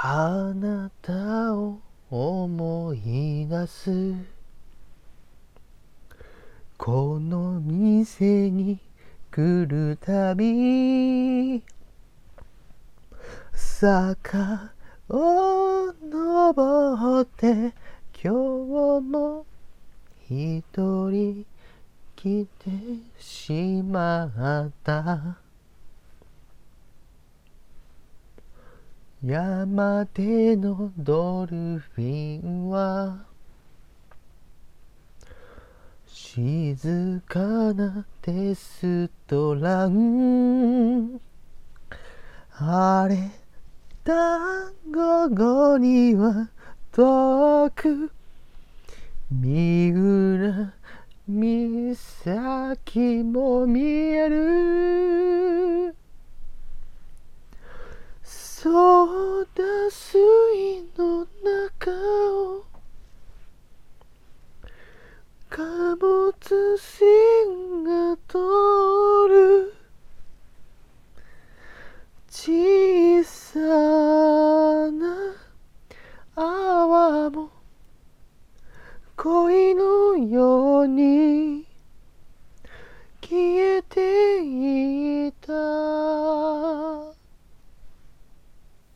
あなたを思い出す。この店に来るたび、坂を登って今日も一人来てしまった。山でのドルフィンは静かなレストラン。晴れた午後には遠く三浦岬も見える。ソーダ水の中を貨物船が通る。小さな泡も恋のように消えてい